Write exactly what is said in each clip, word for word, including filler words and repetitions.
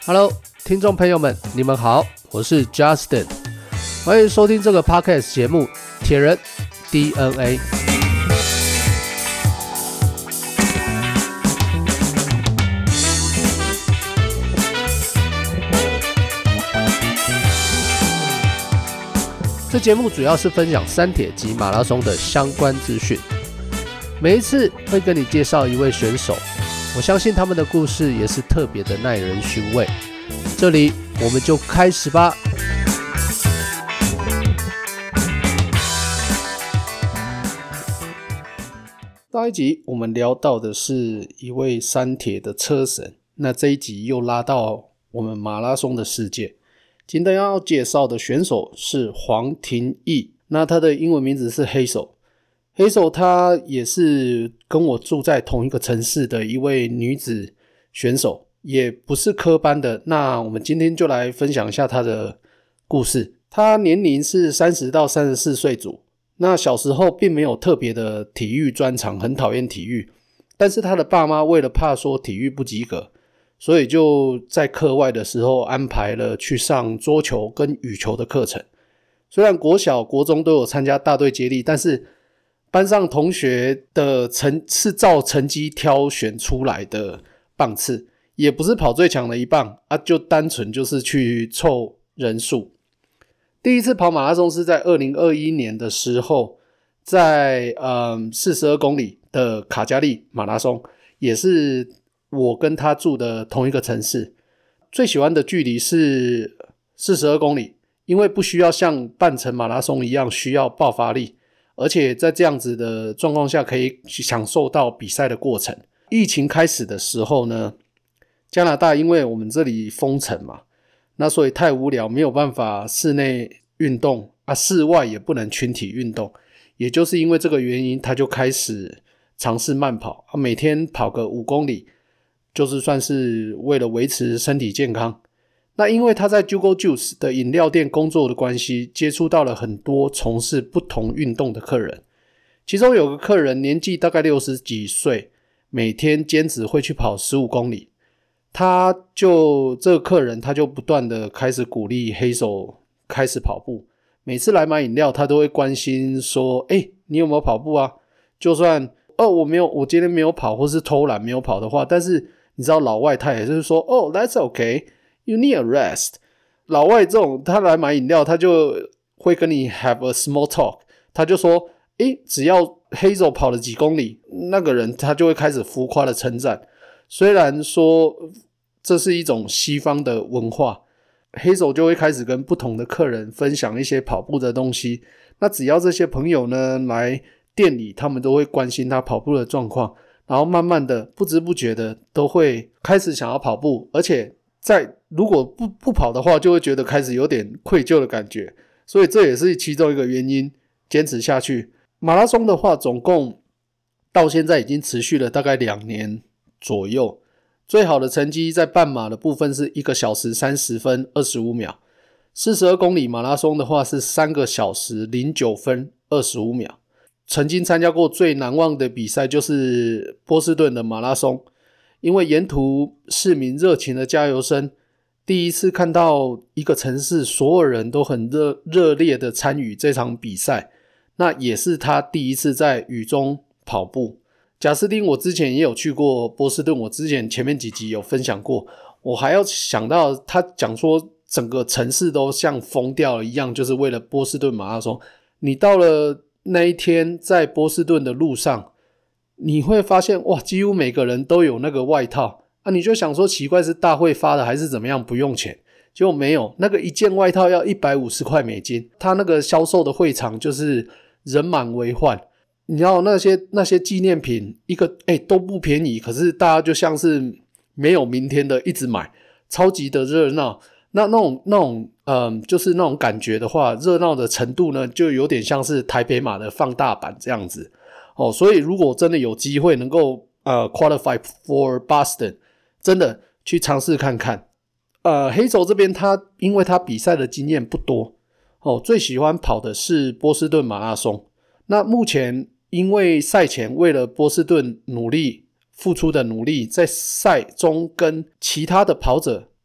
Hello， 听众朋友们，你们好，我是 Justin， 欢迎收听这个 Podcast 节目《铁人 D N A》。这节目主要是分享三铁及马拉松的相关资讯，每一次会跟你介绍一位选手，我相信他们的故事也是特别的耐人寻味。这里我们就开始吧。上一集我们聊到的是一位三铁的车神，那这一集又拉到我们马拉松的世界。今天要介绍的选手是黄庭益，那他的英文名字是 Hazel。Hazel 她也是跟我住在同一个城市的一位女子选手，也不是科班的。那我们今天就来分享一下她的故事。她年龄是三十到三十四岁组，那小时候并没有特别的体育专长，很讨厌体育，但是她的爸妈为了怕说体育不及格，所以就在课外的时候安排了去上桌球跟羽球的课程。虽然国小国中都有参加大队接力，但是班上同学的成是照成绩挑选出来的棒次，也不是跑最强的一棒啊，就单纯就是去凑人数。第一次跑马拉松是在二零二一年的时候，在嗯四十二公里的卡加利马拉松，也是我跟他住的同一个城市。最喜欢的距离是四十二公里，因为不需要像半程马拉松一样需要爆发力，而且在这样子的状况下可以享受到比赛的过程。疫情开始的时候呢，加拿大因为我们这里封城嘛，那所以太无聊，没有办法室内运动啊，室外也不能群体运动，也就是因为这个原因，他就开始尝试慢跑啊，每天跑个五公里，就是算是为了维持身体健康。那因为他在 Jugo Juice 的饮料店工作的关系，接触到了很多从事不同运动的客人。其中有个客人年纪大概六十几岁，每天坚持会去跑十五公里。他就这个客人他就不断的开始鼓励黑手开始跑步。每次来买饮料，他都会关心说：诶，你有没有跑步啊？就算哦我没有，我今天没有跑或是偷懒没有跑的话，但是你知道老外他也是说哦 that's okay，You need a rest。 老外这种他来买饮料，他就会跟你 have a small talk， 他就说诶，只要黑手跑了几公里，那个人他就会开始浮夸的称赞。虽然说这是一种西方的文化，黑手就会开始跟不同的客人分享一些跑步的东西。那只要这些朋友呢来店里，他们都会关心他跑步的状况，然后慢慢的不知不觉的都会开始想要跑步，而且在如果不不跑的话，就会觉得开始有点愧疚的感觉，所以这也是其中一个原因，坚持下去。马拉松的话，总共到现在已经持续了大概两年左右，最好的成绩在半马的部分是一个小时三十分二十五秒，四十二公里马拉松的话是三个小时零九分二十五秒。曾经参加过最难忘的比赛就是波士顿的马拉松，因为沿途市民热情的加油声，第一次看到一个城市所有人都很热热烈的参与这场比赛，那也是他第一次在雨中跑步。贾斯汀我之前也有去过波士顿，我之前前面几集有分享过，我还要想到他讲说整个城市都像疯掉了一样，就是为了波士顿马拉松。你到了那一天在波士顿的路上，你会发现哇，几乎每个人都有那个外套啊，你就想说奇怪是大会发的还是怎么样，不用钱，结果没有，那个一件外套要一百五十块美金，他那个销售的会场就是人满为患。你知道那些那些纪念品一个诶都不便宜，可是大家就像是没有明天的一直买，超级的热闹。那那种那种嗯，就是那种感觉的话，热闹的程度呢，就有点像是台北马的放大版这样子哦。所以如果真的有机会能够呃 qualify for Boston， 真的去尝试看看。呃，黑手这边他因为他比赛的经验不多哦，最喜欢跑的是波士顿马拉松。那目前因为赛前为了波士顿努力付出的努力，在赛中跟其他的跑者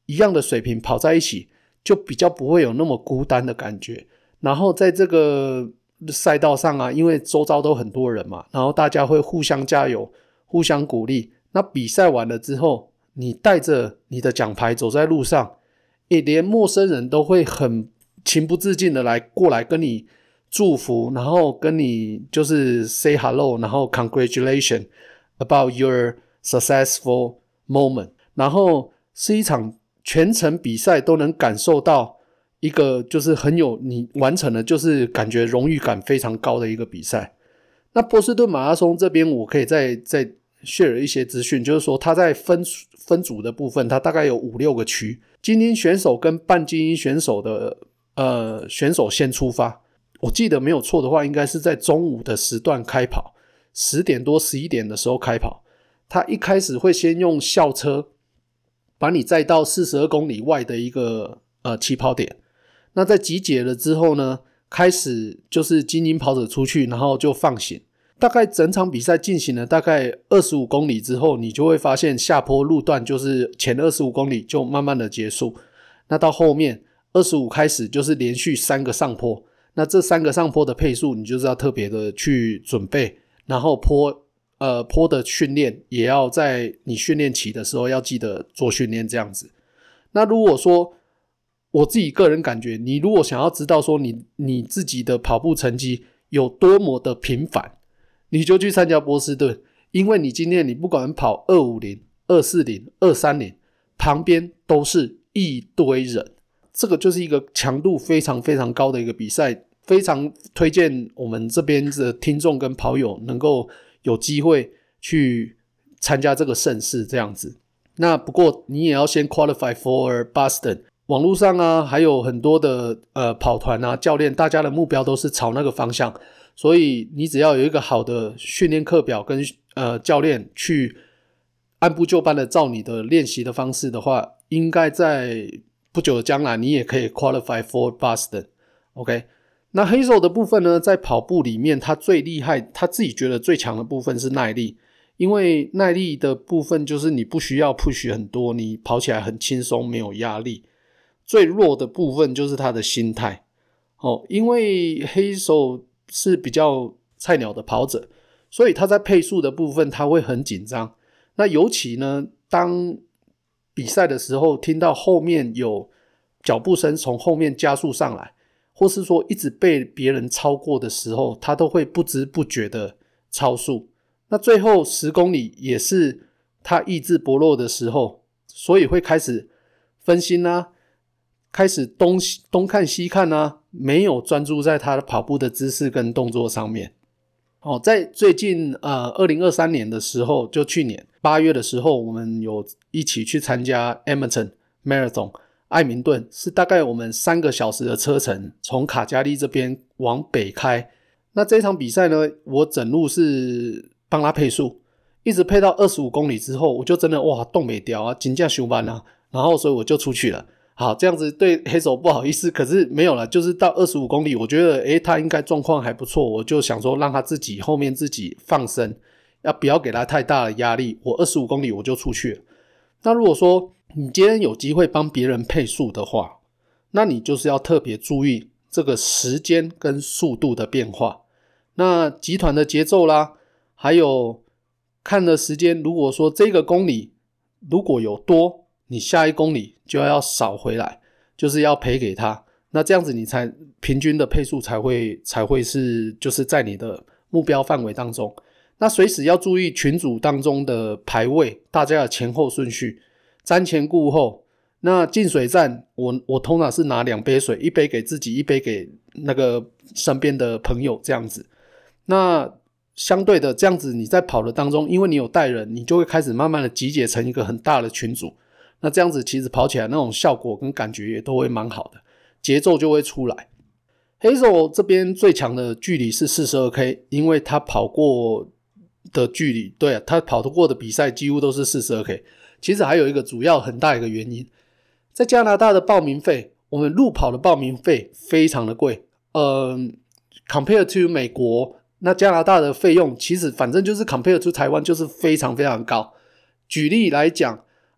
一样的水平跑在一起，就比较不会有那么孤单的感觉。然后在这个赛道上啊，因为周遭都很多人嘛，然后大家会互相加油，互相鼓励。那比赛完了之后，你带着你的奖牌走在路上，也连陌生人都会很情不自禁的来过来跟你祝福，然后跟你就是 say hello， 然后 congratulations about your successful moment， 然后是一场全程比赛都能感受到一个就是很有你完成了就是感觉荣誉感非常高的一个比赛。那波士顿马拉松这边我可以再再 share 一些资讯，就是说它在分分组的部分，它大概有五六个区，精英选手跟半精英选手的呃选手先出发，我记得没有错的话，应该是在中午的时段开跑，十点多十一点的时候开跑。他一开始会先用校车把你载到四十二公里外的一个呃起跑点，那在集结了之后呢，开始就是精英跑者出去，然后就放行。大概整场比赛进行了大概二十五公里之后，你就会发现下坡路段就是前二十五公里就慢慢的结束，那到后面二十五开始就是连续三个上坡，那这三个上坡的配速你就是要特别的去准备，然后坡呃坡的训练也要在你训练期的时候要记得做训练这样子。那如果说我自己个人感觉，你如果想要知道说你你自己的跑步成绩有多么的频繁，你就去参加波士顿，因为你今天你不管跑二五零、二四零、二三零，旁边都是一堆人，这个就是一个强度非常非常高的一个比赛，非常推荐我们这边的听众跟跑友能够有机会去参加这个盛事这样子。那不过你也要先 qualify for Boston， 网络上啊还有很多的呃跑团啊教练，大家的目标都是朝那个方向，所以你只要有一个好的训练课表跟呃教练去按部就班的照你的练习的方式的话，应该在不久的将来你也可以 qualify for Boston。 OK， 那黑手的部分呢，在跑步里面他最厉害，他自己觉得最强的部分是耐力，因为耐力的部分就是你不需要 push 很多，你跑起来很轻松没有压力。最弱的部分就是他的心态哦，因为黑手是比较菜鸟的跑者，所以他在配速的部分他会很紧张。那尤其呢，当比赛的时候听到后面有脚步声从后面加速上来，或是说一直被别人超过的时候，他都会不知不觉的超速。那最后十公里也是他意志薄弱的时候，所以会开始分心啊，开始东东看西看啊，没有专注在他的跑步的姿势跟动作上面。哦，在最近呃二零二三年的时候，就去年八月的时候，我们有一起去参加 Edmonton Marathon 艾明顿，是大概我们三个小时的车程，从卡加利这边往北开。那这场比赛呢，我整路是帮他配速，一直配到二十五公里之后，我就真的哇动不掉啊，真的太慢啊，然后所以我就出去了。好，这样子对黑手不好意思，可是没有啦，就是到二十五公里，我觉得诶他应该状况还不错，我就想说让他自己后面自己放生，要不要给他太大的压力，我二十五公里我就出去了。那如果说你今天有机会帮别人配速的话，那你就是要特别注意这个时间跟速度的变化，那集团的节奏啦，还有看的时间，如果说这个公里如果有多，你下一公里就要少回来，就是要赔给他，那这样子你才平均的配速才会才会是就是在你的目标范围当中。那随时要注意群组当中的排位，大家的前后顺序，瞻前顾后。那进水站我我通常是拿两杯水，一杯给自己，一杯给那个身边的朋友这样子。那相对的这样子你在跑的当中，因为你有带人，你就会开始慢慢的集结成一个很大的群组，那这样子其实跑起来那种效果跟感觉也都会蛮好的，节奏就会出来。黑手这边最强的距离是 四十二K， 因为他跑过的距离，对啊，他跑得过的比赛几乎都是 四十二K。 其实还有一个主要很大一个原因，在加拿大的报名费，我们路跑的报名费非常的贵，呃 compare to 美国，那加拿大的费用其实反正就是 compare to 台湾就是非常非常高。举例来讲，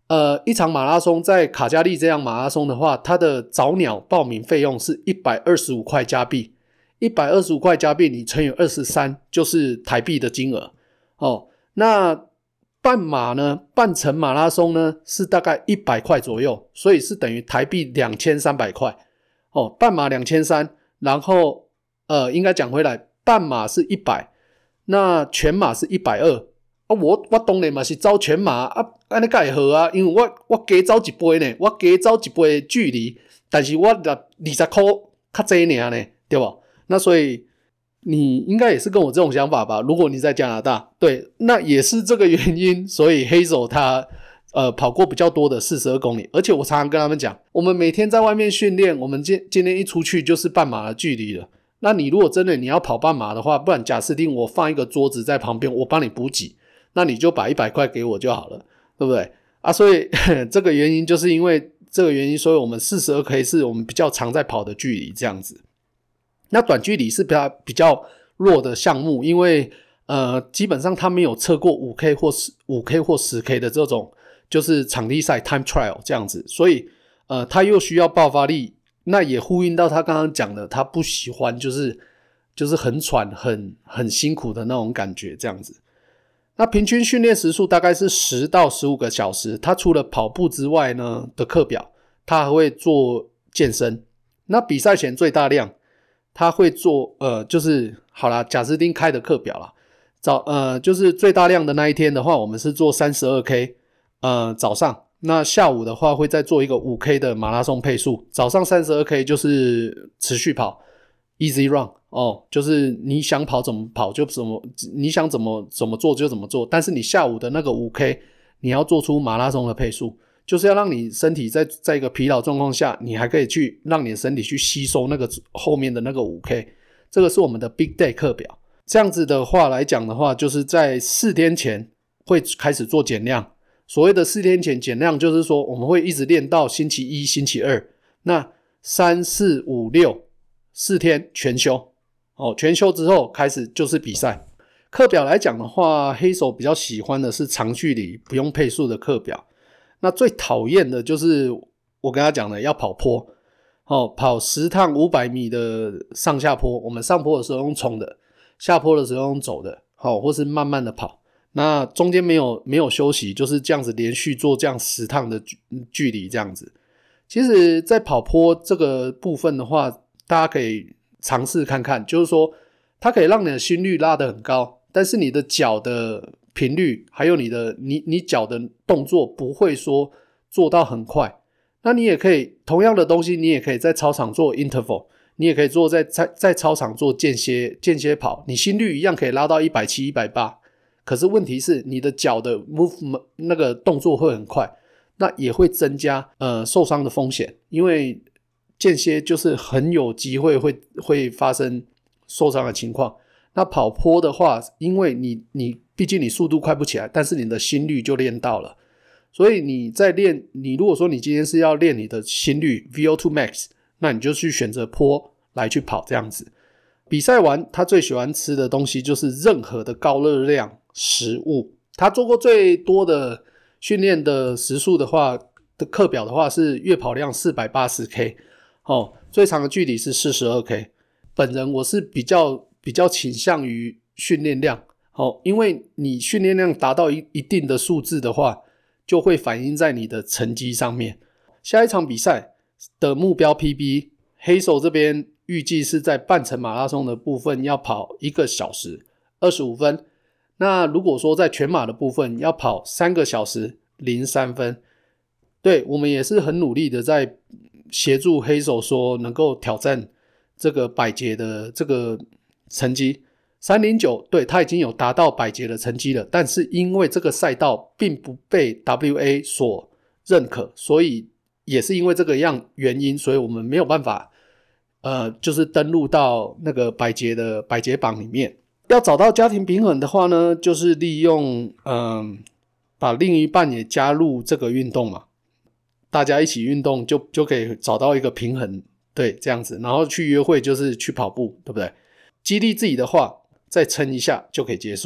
呃，一场马拉松在卡加利这样马拉松的话，它的早鸟报名费用是一百二十五块加币，一百二十五块加币你乘以二十三就是台币的金额哦。那半马呢，半程马拉松呢是大概一百块左右，所以是等于台币两千三百块哦。半马两千三百，然后呃，应该讲回来，半马是一百，那全马是一百二十。啊，我我当然嘛是走全马啊，安尼才会好啊，因为我我加走一倍呢，我加走一倍的距离，但是我二十块较济尔呢，对吧？那所以你应该也是跟我这种想法吧？如果你在加拿大，对，那也是这个原因，所以黑手他呃跑过比较多的四十二公里，而且我常常跟他们讲，我们每天在外面训练，我们今今天一出去就是半马的距离了。那你如果真的你要跑半马的话，不然贾斯汀我放一个桌子在旁边，我帮你补给。那你就把一百块给我就好了，对不对啊？所以这个原因就是因为这个原因，所以我们 四十二 K 是我们比较常在跑的距离这样子。那短距离是比较比较弱的项目，因为呃基本上它没有测过 五 K 或 五 K 或 十 K 的这种就是场地赛 time trial 这样子，所以呃它又需要爆发力，那也呼应到他刚刚讲的，他不喜欢就是就是很喘很很辛苦的那种感觉这样子。那平均训练时数大概是十到十五个小时，他除了跑步之外呢的课表，他还会做健身。那比赛前最大量，他会做呃就是好啦，贾斯汀开的课表啦，早呃就是最大量的那一天的话，我们是做 三十二 K 呃早上，那下午的话会再做一个 五 K 的马拉松配速，早上 三十二 K 就是持续跑 easy run。哦，就是你想跑怎么跑就怎么，你想怎么怎么做就怎么做，但是你下午的那个 五 K 你要做出马拉松的配速，就是要让你身体在在一个疲劳状况下，你还可以去让你的身体去吸收那个后面的那个 五 K， 这个是我们的 Big Day 课表。这样子的话来讲的话，就是在四天前会开始做减量，所谓的四天前减量就是说我们会一直练到星期一星期二，那三四五六四天全休哦，全休之后开始就是比赛。课表来讲的话，黑手比较喜欢的是长距离不用配速的课表。那最讨厌的就是我跟他讲的要跑坡哦，跑十趟五百米的上下坡，我们上坡的时候用冲的，下坡的时候用走的，哦，或是慢慢的跑。那中间没有没有休息，就是这样子连续做这样十趟的距离这样子。其实在跑坡这个部分的话，大家可以尝试看看，就是说它可以让你的心率拉得很高，但是你的脚的频率还有你的你你脚的动作不会说做到很快。那你也可以同样的东西，你也可以在操场做 interval， 你也可以做在在在操场做间歇间歇跑，你心率一样可以拉到一百七十、一百八十，可是问题是你的脚的 movement 那个动作会很快，那也会增加呃受伤的风险，因为间歇就是很有机会会会发生受伤的情况。那跑坡的话，因为你你毕竟你速度快不起来，但是你的心率就练到了，所以你在练，你如果说你今天是要练你的心率 V O 二 max， 那你就去选择坡来去跑这样子。比赛完他最喜欢吃的东西就是任何的高热量食物，他做过最多的训练的时数的话的课表的话是月跑量 四百八十 K， 哦，最长的距离是 四十二 K。 本人我是比较比较倾向于训练量，哦，因为你训练量达到 一, 一定的数字的话，就会反映在你的成绩上面。下一场比赛的目标 P B， 黑手这边预计是在半程马拉松的部分要跑一个小时二十五分，那如果说在全马的部分要跑三个小时零三分。对，我们也是很努力的在协助黑手说能够挑战这个百节的这个成绩三零九，对，他已经有达到百节的成绩了，但是因为这个赛道并不被 W A 所认可，所以也是因为这个样原因，所以我们没有办法呃，就是登录到那个百节的百节榜里面。要找到家庭平衡的话呢，就是利用嗯、呃，把另一半也加入这个运动嘛，大家一起运动就就可以找到一个平衡，对，这样子。然后去约会就是去跑步，对不对？激励自己的话再撑一下就可以结束了。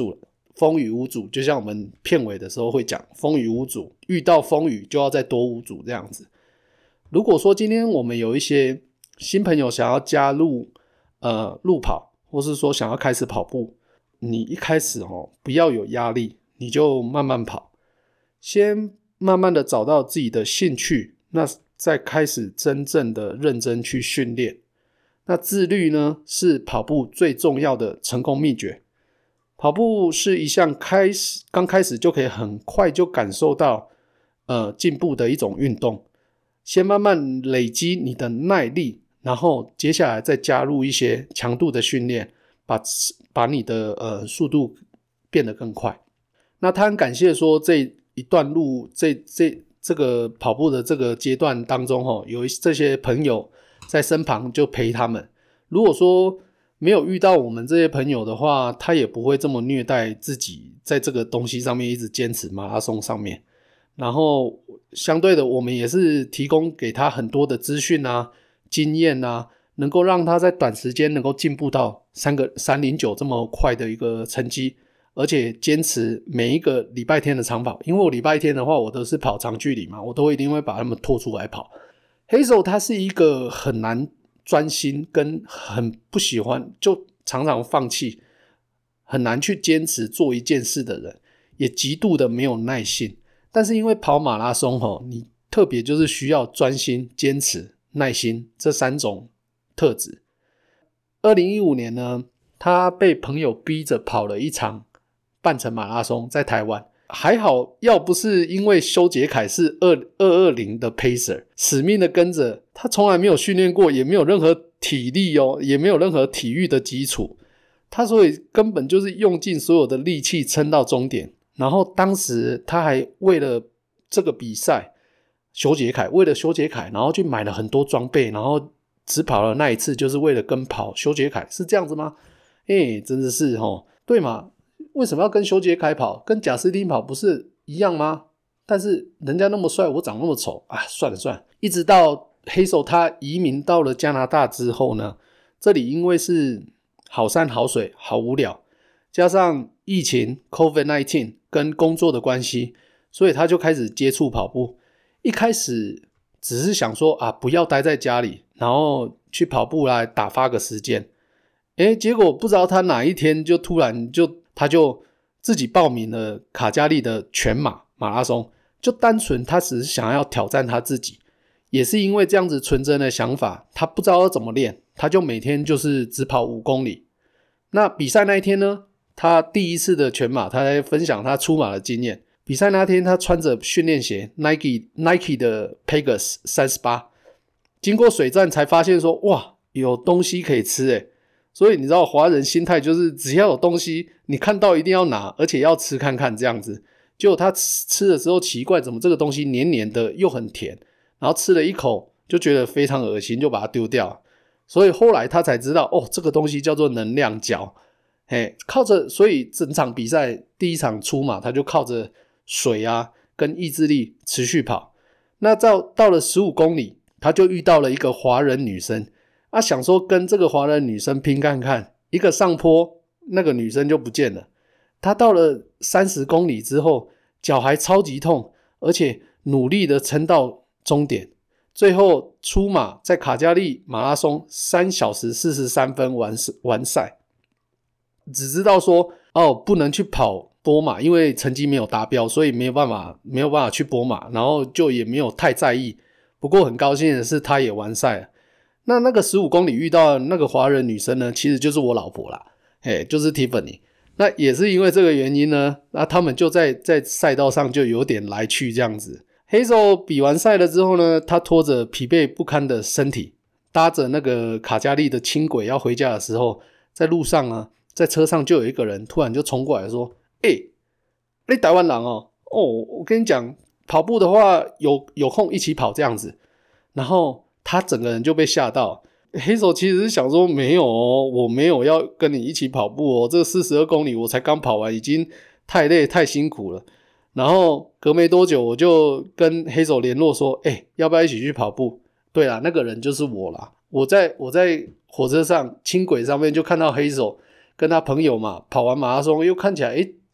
风雨无阻，就像我们片尾的时候会讲风雨无阻，遇到风雨就要再多无阻这样子。如果说今天我们有一些新朋友想要加入呃路跑，或是说想要开始跑步，你一开始哦不要有压力，你就慢慢跑，先慢慢的找到自己的兴趣，那再开始真正的认真去训练。那自律呢是跑步最重要的成功秘诀。跑步是一项开始刚开始就可以很快就感受到呃进步的一种运动。先慢慢累积你的耐力，然后接下来再加入一些强度的训练，把把你的呃速度变得更快。那他很感谢说这一段路这这这个跑步的这个阶段当中齁，有这些朋友在身旁就陪他们。如果说没有遇到我们这些朋友的话，他也不会这么虐待自己，在这个东西上面一直坚持马拉松上面。然后相对的我们也是提供给他很多的资讯啊经验啊，能够让他在短时间能够进步到三个三零九这么快的一个成绩，而且坚持每一个礼拜天的长跑。因为我礼拜天的话我都是跑长距离嘛，我都一定会把他们拖出来跑。黑手他是一个很难专心跟很不喜欢就常常放弃很难去坚持做一件事的人，也极度的没有耐性。但是因为跑马拉松齁，你特别就是需要专心、坚持、耐心这三种特质。二零一五年呢，他被朋友逼着跑了一场半程马拉松在台湾。还好要不是因为修杰楷是二二零的 pacer， 死命的跟着他，从来没有训练过，也没有任何体力哦，也没有任何体育的基础，他所以根本就是用尽所有的力气撑到终点。然后当时他还为了这个比赛修杰楷为了修杰楷然后去买了很多装备，然后只跑了那一次就是为了跟跑修杰楷，是这样子吗？诶真的是齁，对嘛，为什么要跟修杰楷跑？跟贾斯汀跑不是一样吗？但是人家那么帅，我长那么丑啊，算了算了。一直到黑手他移民到了加拿大之后呢，这里因为是好山好水好无聊，加上疫情 COVID 十九 跟工作的关系，所以他就开始接触跑步。一开始只是想说啊，不要待在家里，然后去跑步来打发个时间。诶结果不知道他哪一天就突然就他就自己报名了卡加利的全马马拉松，就单纯他只是想要挑战他自己。也是因为这样子纯真的想法，他不知道要怎么练，他就每天就是只跑五公里。那比赛那一天呢，他第一次的全马，他在分享他出马的经验。比赛那天他穿着训练鞋 Nike, Nike 的 Pegasus 三十八，经过水站才发现说哇有东西可以吃耶。所以你知道华人心态就是只要有东西你看到一定要拿，而且要吃看看这样子。结果他吃吃的时候奇怪，怎么这个东西黏黏的又很甜，然后吃了一口就觉得非常恶心，就把它丢掉。所以后来他才知道哦，这个东西叫做能量胶。嘿，靠着所以整场比赛第一场出马他就靠着水啊跟意志力持续跑。那到到了十五公里他就遇到了一个华人女生啊，想说跟这个华人女生拼看看，一个上坡那个女生就不见了。他到了三十公里之后脚还超级痛，而且努力的撑到终点，最后出马在卡加利马拉松三小时四十三分完完赛。只知道说哦不能去跑波马，因为成绩没有达标，所以没有办法没有办法去波马，然后就也没有太在意。不过很高兴的是他也完赛了。那那个十五公里遇到那个华人女生呢，其实就是我老婆啦，嘿，就是 Tiffany。那也是因为这个原因呢，那他们就在在赛道上就有点来去这样子。黑手比完赛了之后呢，他拖着疲惫不堪的身体，搭着那个卡加利的轻轨要回家的时候，在路上呢，在车上就有一个人突然就冲过来说：欸，你台湾人哦，哦，我跟你讲，跑步的话有有空一起跑这样子。然后他整个人就被吓到。黑手其实是想说没有哦，我没有要跟你一起跑步哦，这四十二公里我才刚跑完，已经太累太辛苦了。然后隔没多久我就跟黑手联络说，欸，要不要一起去跑步？对啦，那个人就是我啦。我在我在火车上轻轨上面就看到黑手跟他朋友嘛跑完马拉松，又看起来诶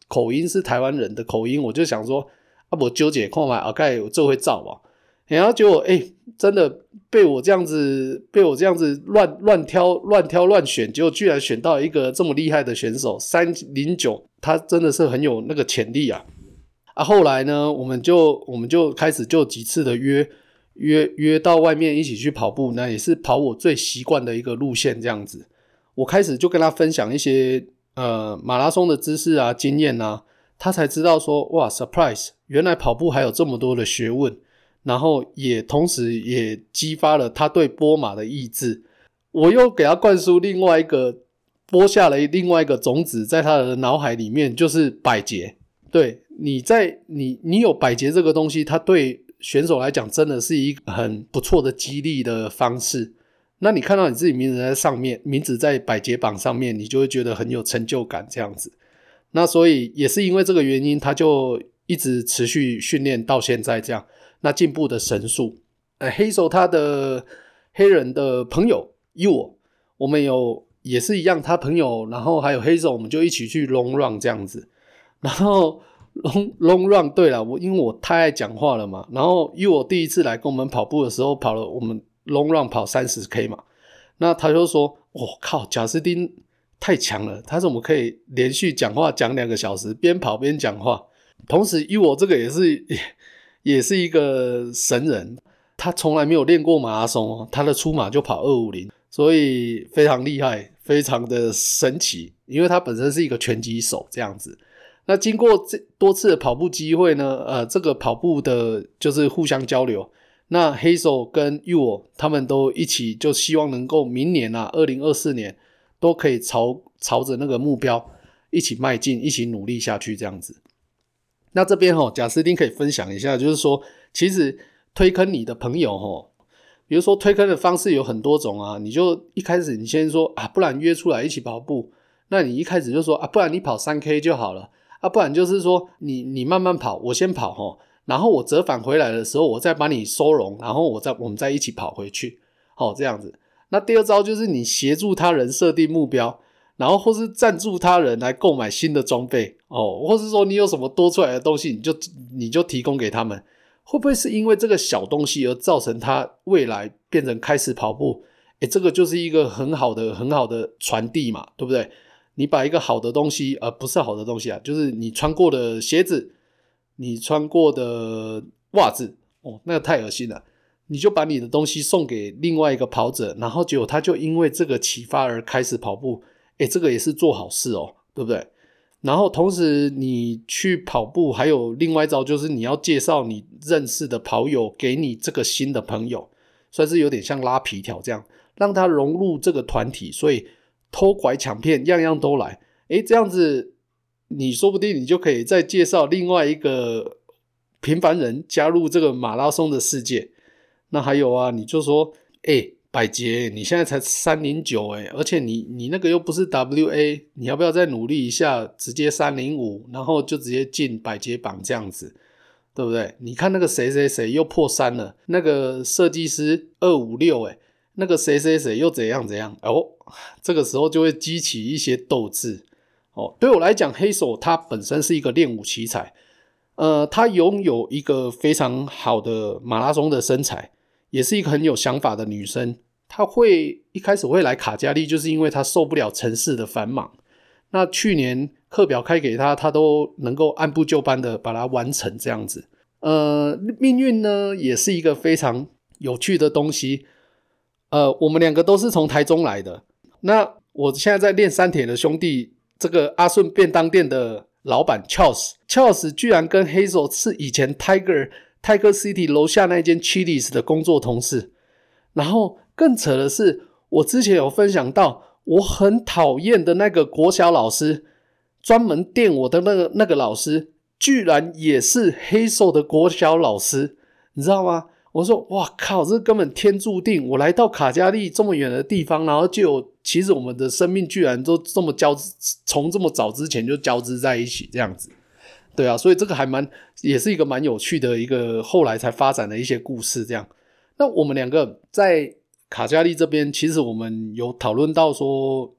口音是台湾人的口音，我就想说啊，我纠结看嘛，大概有这会照吧。然后结果哎、欸，真的被我这样子被我这样子乱乱挑乱挑乱选，结果居然选到一个这么厉害的选手三零九，他真的是很有那个潜力啊。啊，后来呢，我们就我们就开始就几次的约约约到外面一起去跑步，那也是跑我最习惯的一个路线这样子。我开始就跟他分享一些呃马拉松的知识啊经验啊，他才知道说哇 surprise， 原来跑步还有这么多的学问。然后也同时也激发了他对波马的意志，我又给他灌输另外一个播下了另外一个种子在他的脑海里面，就是百节。对，你在你你有百节这个东西，它对选手来讲真的是一个很不错的激励的方式。那你看到你自己名字在上面，名字在百节榜上面，你就会觉得很有成就感这样子。那所以也是因为这个原因，他就一直持续训练到现在这样。那进步的神速，呃，黑手他的黑人的朋友 Uo， 我们有也是一样，他朋友，然后还有黑手，我们就一起去 long run 这样子。然后 long long run， 对了，我因为我太爱讲话了嘛，然后 Uo 第一次来跟我们跑步的时候，跑了我们 long run 跑 三十 K 嘛，那他就说，我、哦、靠，贾斯汀太强了，他怎么可以连续讲话讲两个小时，边跑边讲话？同时 Uo 这个也是。也是一个神人，他从来没有练过马拉松哦，他的初马就跑二五零，所以非常厉害，非常的神奇，因为他本身是一个拳击手这样子。那经过这多次的跑步机会呢，呃，这个跑步的就是互相交流。那黑手跟 Uo 他们都一起就希望能够明年啊，二零二四年都可以朝朝着那个目标一起迈进，一起努力下去这样子。那这边齁，贾斯汀可以分享一下，就是说其实推坑你的朋友齁，比如说推坑的方式有很多种啊，你就一开始你先说啊，不然约出来一起跑步，那你一开始就说啊，不然你跑 三 K 就好了啊，不然就是说你你慢慢跑，我先跑齁，然后我折返回来的时候我再把你收容，然后我再我们再一起跑回去，齁，这样子。那第二招就是你协助他人设定目标，然后或是赞助他人来购买新的装备哦，或是说你有什么多出来的东西，你就你就提供给他们。会不会是因为这个小东西而造成他未来变成开始跑步？诶，这个就是一个很好的很好的传递嘛，对不对？你把一个好的东西，呃，不是好的东西啊，就是你穿过的鞋子，你穿过的袜子，哦，那个太恶心了。你就把你的东西送给另外一个跑者，然后结果他就因为这个启发而开始跑步。诶，这个也是做好事哦，对不对？然后同时你去跑步还有另外一招，就是你要介绍你认识的跑友给你这个新的朋友，算是有点像拉皮条这样，让他融入这个团体，所以偷拐抢骗样样都来。诶，这样子你说不定你就可以再介绍另外一个平凡人加入这个马拉松的世界。那还有啊，你就说诶百杰你现在才三零九诶，而且你你那个又不是 W A， 你要不要再努力一下，直接三零五，然后就直接进百杰榜这样子，对不对？你看那个谁谁谁又破三了，那个设计师二五六诶，那个谁谁谁又怎样怎样哦，这个时候就会激起一些斗志哦。对我来讲，黑手他本身是一个练武奇才，呃，他拥有一个非常好的马拉松的身材，也是一个很有想法的女生。她会一开始会来卡加利，就是因为她受不了城市的繁忙。那去年课表开给她，她都能够按部就班的把它完成这样子。呃，命运呢也是一个非常有趣的东西。呃，我们两个都是从台中来的。那我现在在练三铁的兄弟，这个阿顺便当店的老板 Charles Charles 居然跟黑手是以前 Tiger Tiger City 楼下那间 Chili's 的工作同事。然后更扯的是，我之前有分享到我很讨厌的那个国小老师，专门电我的那个那个老师居然也是黑手的国小老师，你知道吗？我说哇靠，这根本天注定，我来到卡加利这么远的地方，然后就有其实我们的生命居然都这么交织，从这么早之前就交织在一起这样子。对啊，所以这个还蛮也是一个蛮有趣的一个后来才发展的一些故事这样。那我们两个在卡加利这边，其实我们有讨论到说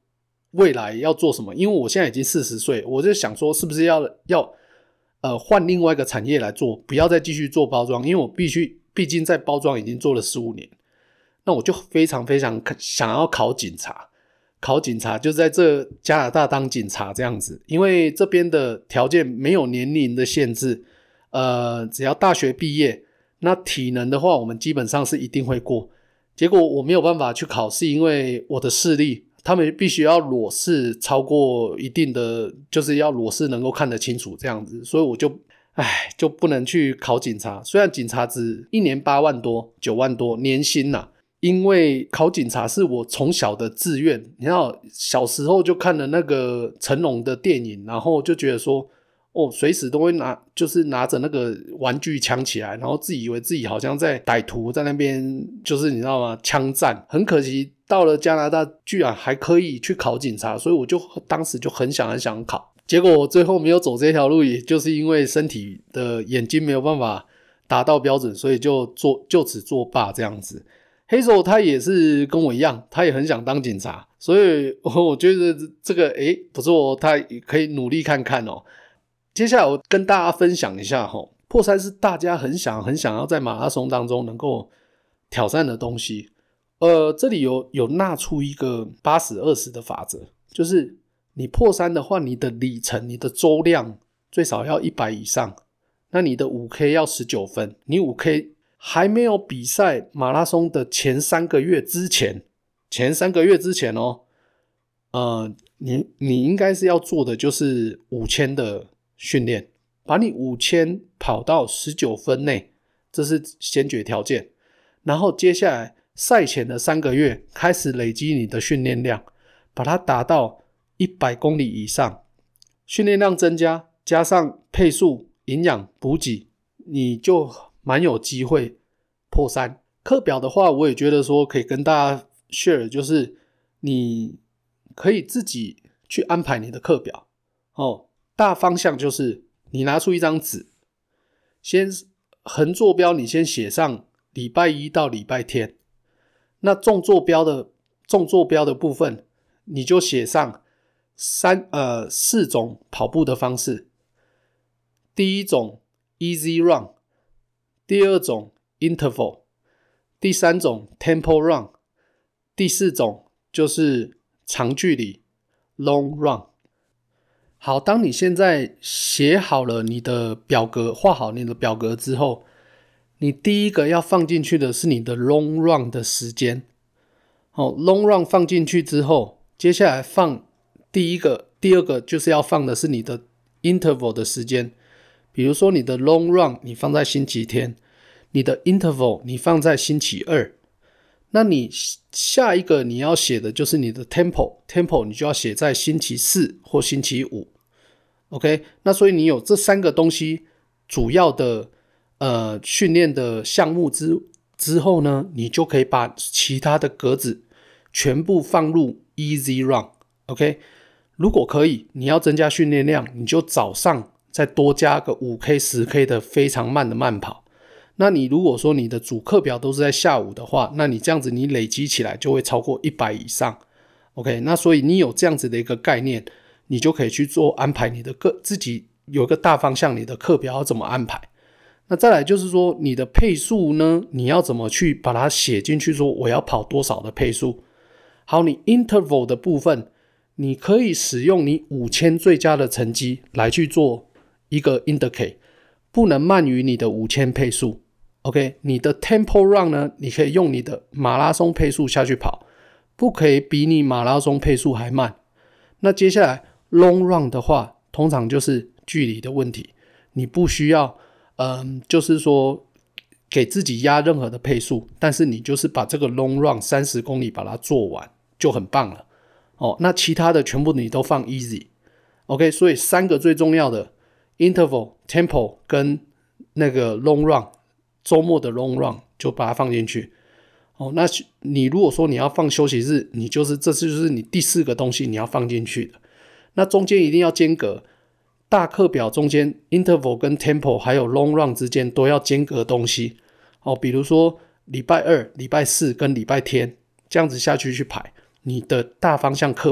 未来要做什么，因为我现在已经四十岁，我就想说是不是要要呃换另外一个产业来做，不要再继续做包装，因为我必须毕竟在包装已经做了十五年，那我就非常非常想要考警察，考警察就在这加拿大当警察这样子，因为这边的条件没有年龄的限制，呃，只要大学毕业，那体能的话我们基本上是一定会过。结果我没有办法去考试，因为我的视力，他们必须要裸视超过一定的，就是要裸视能够看得清楚这样子，所以我就唉就不能去考警察。虽然警察只一年八万多九万多年薪啊，因为考警察是我从小的志愿，你知道小时候就看了那个成龙的电影，然后就觉得说哦，随时都会拿，就是拿着那个玩具枪起来，然后自己以为自己好像在歹徒在那边，就是你知道吗？枪战。很可惜，到了加拿大居然还可以去考警察，所以我就当时就很想很想考。结果我最后没有走这条路，也就是因为身体的眼睛没有办法达到标准，所以就做就此作罢这样子。黑手他也是跟我一样，他也很想当警察，所以我觉得这个诶不错，他也可以努力看看哦。接下来我跟大家分享一下齁，破三是大家很想很想要在马拉松当中能够挑战的东西。呃，这里有有纳出一个 八十二十 的法则，就是你破三的话，你的里程你的周量最少要一百以上，那你的 五 K 要十九分，你 五 K 还没有比赛马拉松的前三个月之前，前三个月之前哦，呃，你你应该是要做的就是五千的训练，把你五千跑到十九分内，这是先决条件。然后接下来赛前的三个月开始累积你的训练量，把它达到一百公里以上，训练量增加，加上配速、营养补给，你就蛮有机会破三。课表的话，我也觉得说可以跟大家 share， 就是你可以自己去安排你的课表哦。大方向就是你拿出一张纸，先横坐标你先写上礼拜一到礼拜天，那纵坐标的纵坐标的部分你就写上三呃四种跑步的方式。第一种 easy run， 第二种 interval， 第三种 tempo run， 第四种就是长距离 long run。好，当你现在写好了你的表格，画好你的表格之后，你第一个要放进去的是你的 long run 的时间。好 long run 放进去之后，接下来放第一个，第二个就是要放的是你的 interval 的时间。比如说你的 long run 你放在星期天，你的 interval 你放在星期二。那你下一个你要写的就是你的 tempo， tempo 你就要写在星期四或星期五。 OK， 那所以你有这三个东西主要的呃训练的项目之之后呢，你就可以把其他的格子全部放入 easy run。 OK， 如果可以你要增加训练量，你就早上再多加个 五 K 十 K 的非常慢的慢跑。那你如果说你的主课表都是在下午的话，那你这样子你累积起来就会超过一百以上。 OK， 那所以你有这样子的一个概念，你就可以去做安排你的课，自己有一个大方向，你的课表要怎么安排。那再来就是说你的配速呢，你要怎么去把它写进去，说我要跑多少的配速。好，你 interval 的部分你可以使用你五千最佳的成绩来去做一个 indicate， 不能慢于你的五千配速。OK， 你的 tempo run 呢，你可以用你的马拉松配速下去跑，不可以比你马拉松配速还慢。那接下来 long run 的话，通常就是距离的问题，你不需要嗯，就是说给自己压任何的配速，但是你就是把这个 long run 三十公里把它做完就很棒了。哦，那其他的全部你都放 easy。 OK， 所以三个最重要的 interval tempo 跟那个 long run，周末的 long run 就把它放进去。哦，那你如果说你要放休息日，你就是这就是你第四个东西你要放进去的。那中间一定要间隔，大课表中间 interval 跟 tempo 还有 long run 之间都要间隔东西。哦，比如说礼拜二、礼拜四跟礼拜天这样子下去去排，你的大方向课表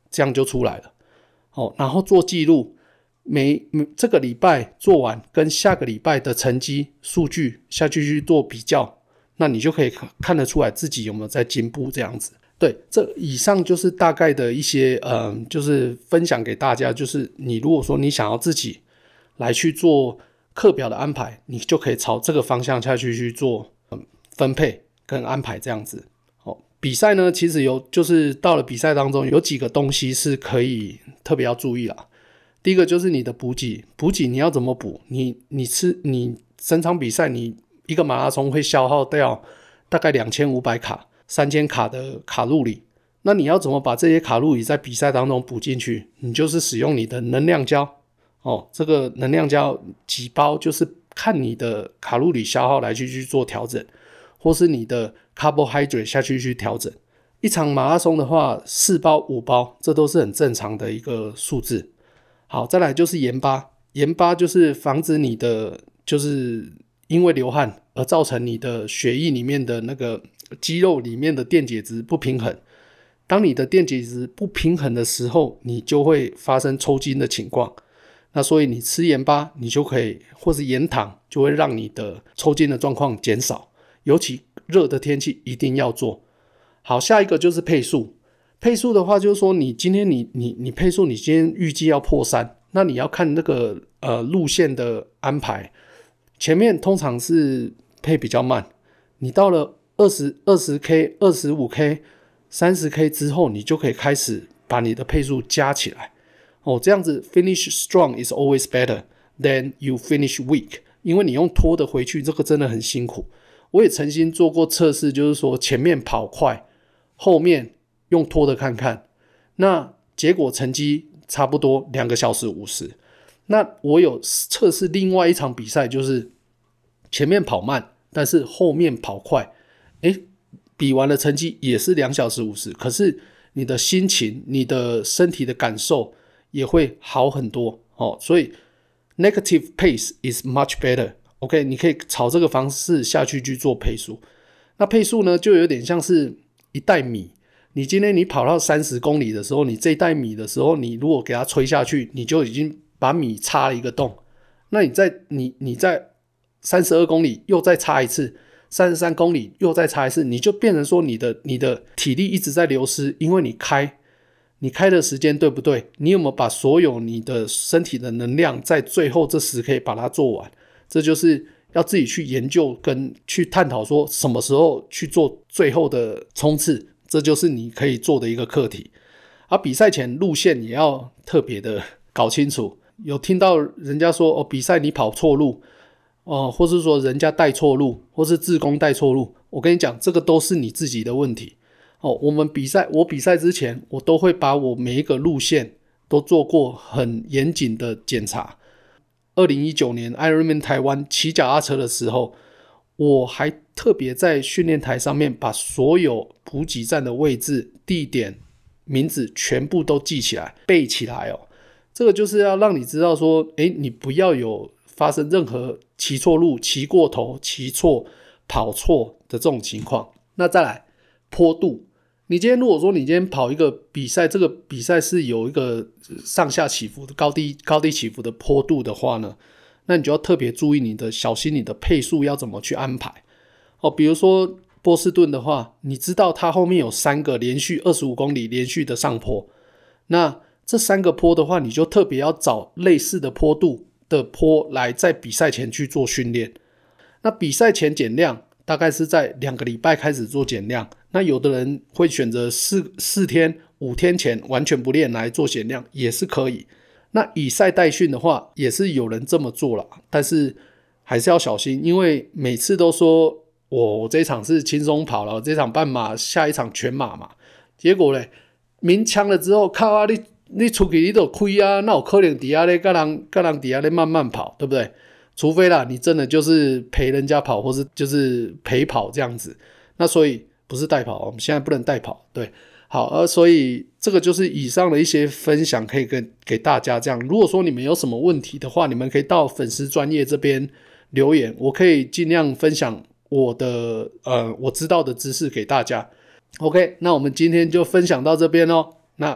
这样就出来了。哦，然后做记录，每这个礼拜做完跟下个礼拜的成绩数据下去去做比较，那你就可以看得出来自己有没有在进步这样子。对，这以上就是大概的一些呃，就是分享给大家，就是你如果说你想要自己来去做课表的安排，你就可以朝这个方向下去去做、嗯、分配跟安排这样子。比赛呢，其实有就是到了比赛当中有几个东西是可以特别要注意啦。第一个就是你的补给，补给你要怎么补？你你吃你整场比赛，你一个马拉松会消耗掉大概两千五百卡、三千卡的卡路里。那你要怎么把这些卡路里在比赛当中补进去？你就是使用你的能量胶哦，这个能量胶几包就是看你的卡路里消耗来去去做调整，或是你的 carbohydrate 下去去调整。一场马拉松的话，四包五包，这都是很正常的一个数字。好，再来就是盐巴，盐巴就是防止你的就是因为流汗而造成你的血液里面的那个肌肉里面的电解质不平衡。当你的电解质不平衡的时候，你就会发生抽筋的情况。那所以你吃盐巴，你就可以，或是盐糖，就会让你的抽筋的状况减少。尤其热的天气一定要做。好，下一个就是配速。配速的话，就是说你今天你你你配速，你今天预计要破三，那你要看那个呃路线的安排。前面通常是配比较慢，你到了二十、二十 K、二十五 K、三十 K 之后，你就可以开始把你的配速加起来。哦，这样子 finish strong is always better than you finish weak， 因为你用拖的回去，这个真的很辛苦。我也曾经做过测试，就是说前面跑快，后面用拖的看看，那结果成绩差不多两个小时五十。那我有测试另外一场比赛，就是前面跑慢，但是后面跑快，诶，比完的成绩也是两小时五十，可是你的心情、你的身体的感受也会好很多。哦，所以 negative pace is much better。OK， 你可以朝这个方式下去去做配速。那配速呢，就有点像是一袋米。你今天你跑到三十公里的时候，你这一袋米的时候，你如果给它吹下去，你就已经把米插了一个洞。那你在你你在三十二公里又再插一次，三十三公里又再插一次，你就变成说你的你的体力一直在流失，因为你开你开的时间对不对？你有没有把所有你的身体的能量在最后这十 K 把它做完？这就是要自己去研究跟去探讨说什么时候去做最后的冲刺，这就是你可以做的一个课题。而比赛前路线也要特别的搞清楚。有听到人家说哦，比赛你跑错路哦，或是说人家带错路，或是志工带错路，我跟你讲，这个都是你自己的问题。哦，我们比赛，我比赛之前，我都会把我每一个路线都做过很严谨的检查。二零一九年 Ironman 台湾骑脚踏车的时候，我还特别在训练台上面把所有补给站的位置、地点、名字全部都记起来、背起来哦。这个就是要让你知道说，诶，你不要有发生任何骑错路、骑过头、骑错、跑错的这种情况。那再来坡度，你今天如果说你今天跑一个比赛，这个比赛是有一个上下起伏的高低高低起伏的坡度的话呢，那你就要特别注意你的小心你的配速要怎么去安排。哦，比如说波士顿的话，你知道它后面有三个连续二十五公里连续的上坡，那这三个坡的话，你就特别要找类似的坡度的坡来在比赛前去做训练。那比赛前减量大概是在两个礼拜开始做减量，那有的人会选择四四天五天前完全不练来做减量也是可以。那以赛代训的话也是有人这么做啦，但是还是要小心，因为每次都说我这一场是轻松跑了，这场半马下一场全马嘛，结果咧鸣枪了之后，靠啊，你你出去你就开啊，那有可能底下咧跟人跟人底下咧慢慢跑，对不对？除非啦，你真的就是陪人家跑，或是就是陪跑这样子。那所以不是代跑，我们现在不能代跑，对。好，呃，所以这个就是以上的一些分享，可以跟给大家这样。如果说你们有什么问题的话，你们可以到粉丝专页这边留言，我可以尽量分享我的呃我知道的知识给大家。OK， 那我们今天就分享到这边哦。那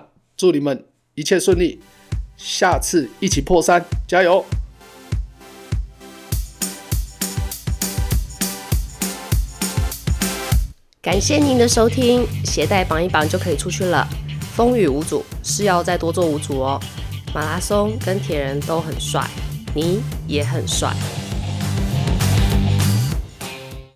祝你们一切顺利，下次一起破三，加油！ 感谢您的收听，鞋带绑一绑就可以出去了。风雨无阻是要再多做五组哦。马拉松跟铁人都很帅，你也很帅。